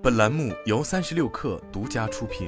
本栏目由36氪独家出品。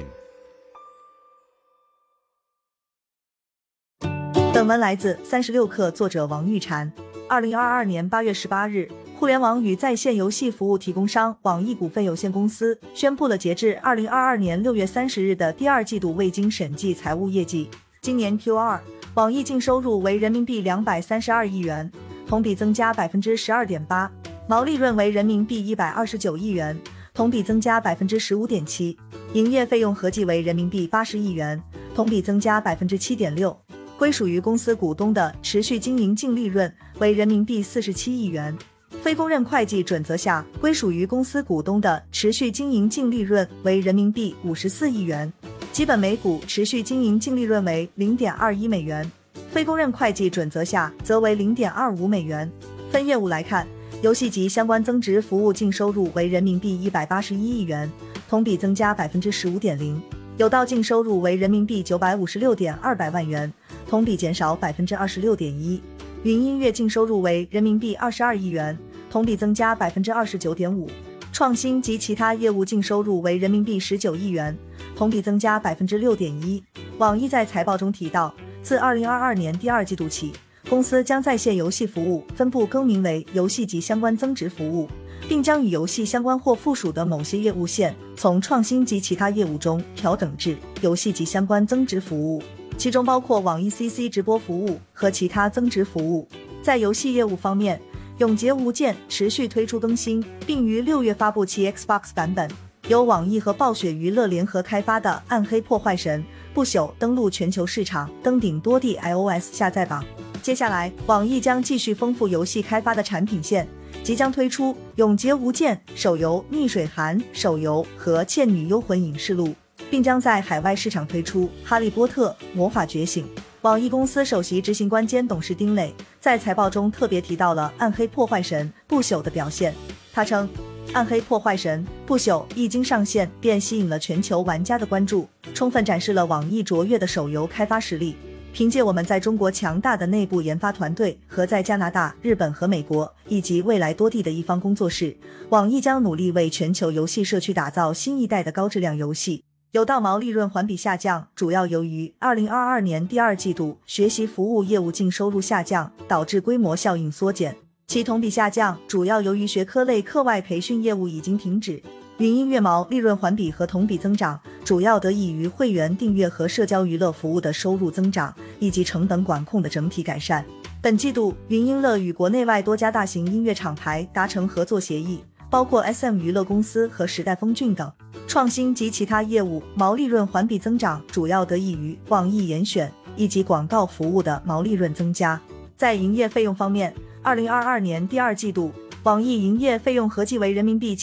本文来自36氪，作者王玉婵。2022年8月18日，互联网与在线游戏服务提供商网易股份有限公司宣布了截至2022年6月30日的第二季度未经审计财务业绩。今年 Q2， 网易净收入为人民币232亿元，同比增加 12.8%， 毛利润为人民币129亿元，同比增加 15.7%， 营业费用合计为人民币80亿元，同比增加 7.6%。归属于公司股东的持续经营净利润为人民币47亿元。非公认会计准则下，归属于公司股东的持续经营净利润为人民币54亿元。基本每股持续经营净利润为 0.21 美元，非公认会计准则下则为 0.25 美元。分业务来看，游戏及相关增值服务净收入为人民币181亿元，同比增加 15.0%。有道净收入为人民币956.200万元，同比减少 26.1%。云音乐净收入为人民币22亿元，同比增加 29.5%。创新及其他业务净收入为人民币19亿元，同比增加 6.1%。网易在财报中提到，自2022年第二季度起，公司将在线游戏服务分部更名为游戏及相关增值服务，并将与游戏相关或附属的某些业务线从创新及其他业务中调整至游戏及相关增值服务，其中包括网易 CC 直播服务和其他增值服务。在游戏业务方面，永劫无间持续推出更新，并于6月发布其 Xbox 版本。由网易和暴雪娱乐联合开发的《暗黑破坏神：不朽》登陆全球市场，登顶多地 iOS 下载榜。接下来，网易将继续丰富游戏开发的产品线，即将推出《永劫无间》手游、《逆水寒》手游和《倩女幽魂影视录》，并将在海外市场推出《哈利波特：魔法觉醒》。网易公司首席执行官兼董事丁磊在财报中特别提到了《暗黑破坏神：不朽》的表现。他称，《暗黑破坏神：不朽》一经上线便吸引了全球玩家的关注，充分展示了网易卓越的手游开发实力。凭借我们在中国强大的内部研发团队和在加拿大、日本和美国以及未来多地的一方工作室，网易将努力为全球游戏社区打造新一代的高质量游戏。有道毛利润环比下降，主要由于2022年第二季度学习服务业务净收入下降，导致规模效应缩减。其同比下降主要由于学科类课外培训业务已经停止。云音乐毛利润环比和同比增长，主要得益于会员订阅和社交娱乐服务的收入增长，以及成本管控的整体改善。本季度，云音乐与国内外多家大型音乐厂牌达成合作协议，包括 SM 娱乐公司和时代峰峻等。创新及其他业务毛利润环比增长，主要得益于网易严选以及广告服务的毛利润增加。在营业费用方面，2022年第二季度，网易营业费用合计为人民币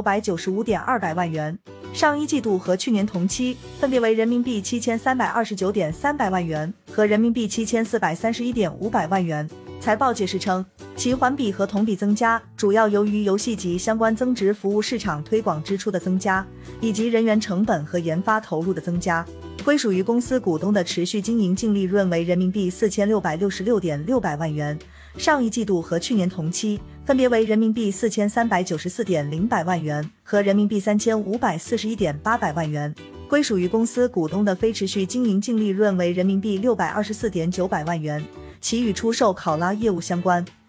7995.200万元，上一季度和去年同期分别为人民币7329.300万元和人民币7431.500万元。财报解释称，其环比和同比增加主要由于游戏及相关增值服务市场推广支出的增加，以及人员成本和研发投入的增加。归属于公司股东的持续经营净利润为人民币4666.600万元，上一季度和去年同期分别为人民币4394.000万元和人民币3541.800万元。归属于公司股东的非持续经营净利润为人民币624.900万元，其与出售考拉业务相关。